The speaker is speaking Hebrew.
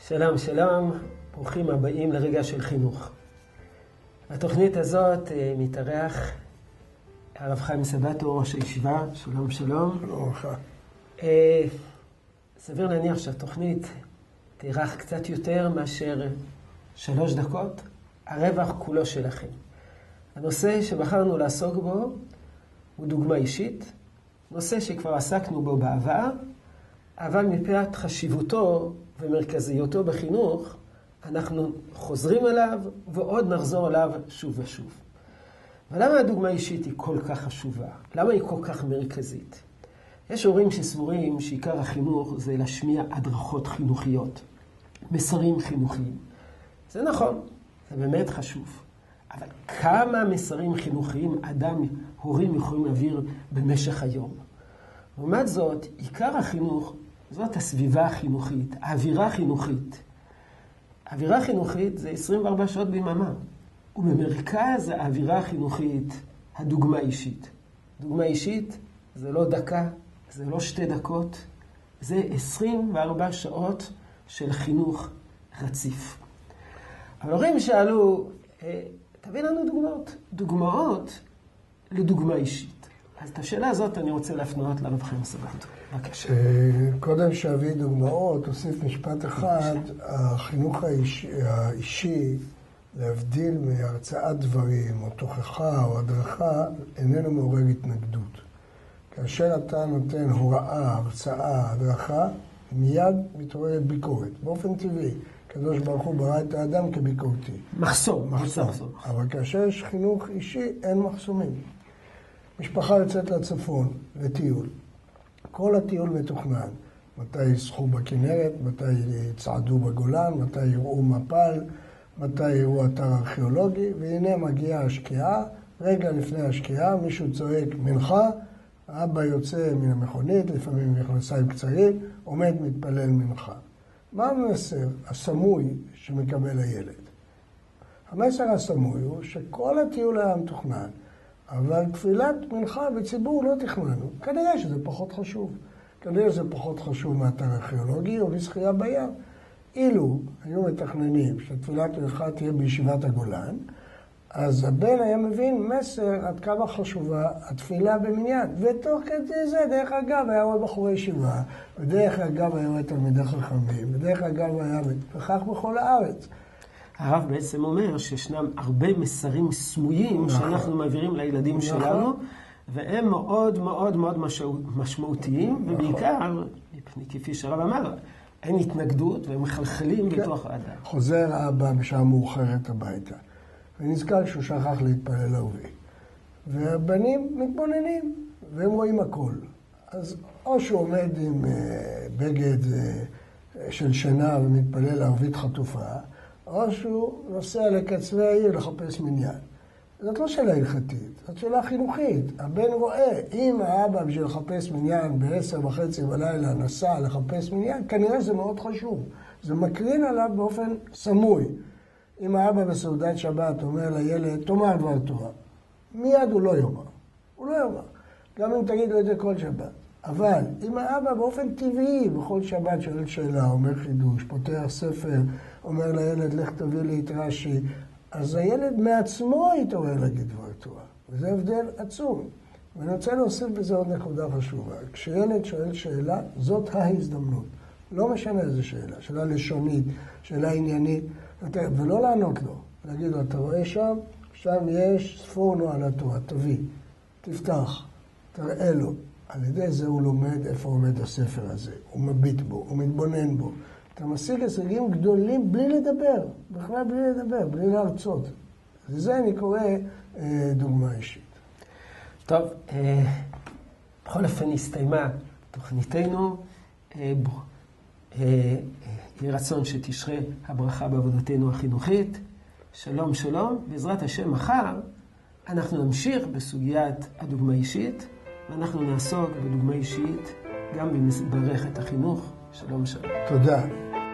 שלום, שלום, ברוכים הבאים לרגע של חינוך. התוכנית הזאת מתארח הרב חיים סבתו, ראש הישיבה. שלום, שלום. שלום לך. סביר להניח שהתוכנית תארך קצת יותר מאשר 3 דקות, הרווח כולו שלכם. הנושא שבחרנו לעסוק בו הוא דוגמה אישית, נושא שכבר עסקנו בו בעבר, אבל מפאת חשיבותו ומרכזיותו בחינוך, אנחנו חוזרים אליו ועוד נחזור אליו שוב ושוב. ולמה הדוגמה האישית היא כל כך חשובה? למה היא כל כך מרכזית? יש הורים שסבורים שעיקר החינוך זה להשמיע הדרכות חינוכיות, מסרים חינוכיים. זה נכון, זה באמת חשוב. אבל כמה מסרים חינוכיים הורים יכולים להעביר במשך היום? לעומת זאת, עיקר החינוך זאת הסביבה החינוכית, האווירה החינוכית. האווירה החינוכית זה 24 שעות ביממה. ובמרכז האווירה החינוכית, הדוגמה האישית. דוגמה אישית זה לא דקה, זה לא 2 דקות, זה 24 שעות של חינוך רציף. אבל הורים שאלו, תביא לנו דוגמאות לדוגמה אישית. אז את השאלה הזאת אני רוצה להפנות לרב חיים סבתו. בבקשה. קודם שאביא דוגמאות, אוסיף משפט אחד, החינוך האישי, להבדיל מהרצאת דברים, או תוכחה, או הדרכה, איננו מעורר התנגדות. כאשר אתה נותן הוראה, הרצאה, הדרכה, מיד מתעוררת ביקורת, באופן טבעי. הקדוש ברוך הוא ברא את האדם כביקורתי. מחסום. אבל כאשר יש חינוך אישי, אין מחסומים. משפחה יוצאת לצפון, לטיול. כל הטיול מתוכנן. מתי ישחו בכנרת, מתי יצעדו בגולן, מתי יראו מפל, מתי יראו אתר ארכיאולוגי, והנה מגיעה השקיעה. רגע לפני השקיעה, מישהו צועק מנחה, האבא יוצא מן המכונית, לפעמים מכנסיים קצרים, עומד מתפלל מנחה. מה המסר הסמוי שמקבל הילד? המסר הסמוי הוא שכל הטיול היה מתוכנן, אבל תפילת מנחה בציבור לא תכננו. כנראה שזה פחות חשוב. כנראה שזה פחות חשוב מאתר ארכיאולוגי או לשחייה בים. אילו היו מתכננים שתפילת מנחה תהיה בישיבת הגולן, אז הבן היה מבין מסר עד כמה חשובה התפילה במניין. ותוך כדי זה, דרך אגב, היה רואה בחורי ישיבה, ודרך אגב היה רואה תלמידי חכמים, ודרך אגב היה וכך בכל הארץ. הרב בעצם אומר שישנם הרבה מסרים סמויים שאנחנו מעבירים לילדים שלנו, והם מאוד מאוד מאוד משמעותיים, ובעיקר, כפי שהרב אמר, אין התנגדות והם מחלחלים בתוך האדם. חוזר האבא בשעה מאוחרת הביתה, ונזכר שהוא שכח להתפלל לערבי. והבנים מתבוננים, והם רואים הכל. אז או שהוא עומד עם בגד של שינה ומתפלל לערבית חטופה, או שהוא נוסע לקצווי העיר לחפש מניין. זאת לא שאלה הלכתית, זאת שאלה חינוכית. הבן רואה, אם האבא בשביל לחפש מניין ב10:30 בלילה נסע לחפש מניין, כנראה זה מאוד חשוב. זה מקרין עליו באופן סמוי. אם האבא בסעודת שבת אומר לילד, תאמר דבר תורה, מיד הוא לא יאמר. הוא לא יאמר. גם אם תגיד לו את זה כל שבת. אבל אם האבא באופן טבעי בכל שבת שואל שאלה, אומר חידוש, פותח ספר, אומר לילד, לך תביא לי את רש"י, אז הילד מעצמו יתעורר להגיד דבר תורה. וזה הבדל עצום. ואני רוצה להוסיף בזה עוד נקודה חשובה. כשילד שואל שאלה, זאת ההזדמנות. לא משנה איזה שאלה. שאלה לשונית, שאלה עניינית, ולא לענות לו. להגיד לו, אתה רואה שם? שם יש ספורנו על התורה, תביא, תפתח, תראה לו. על ידי זה הוא לומד איפה עומד הספר הזה. הוא מביט בו, הוא מתבונן בו. אתה משיג הישגים גדולים בלי לדבר, בכלל בלי לדבר, בלי להרצות. לזה אני קורא דוגמה אישית. טוב, בכל אופן הסתיימה תוכניתנו. יהי רצון שתשרה הברכה בעבודתנו החינוכית. שלום שלום, בעזרת השם מחר אנחנו נמשיך בסוגיית הדוגמה אישית, ואנחנו נעסוק בדוגמה אישית גם במערכת החינוך. שלום שלום. תודה.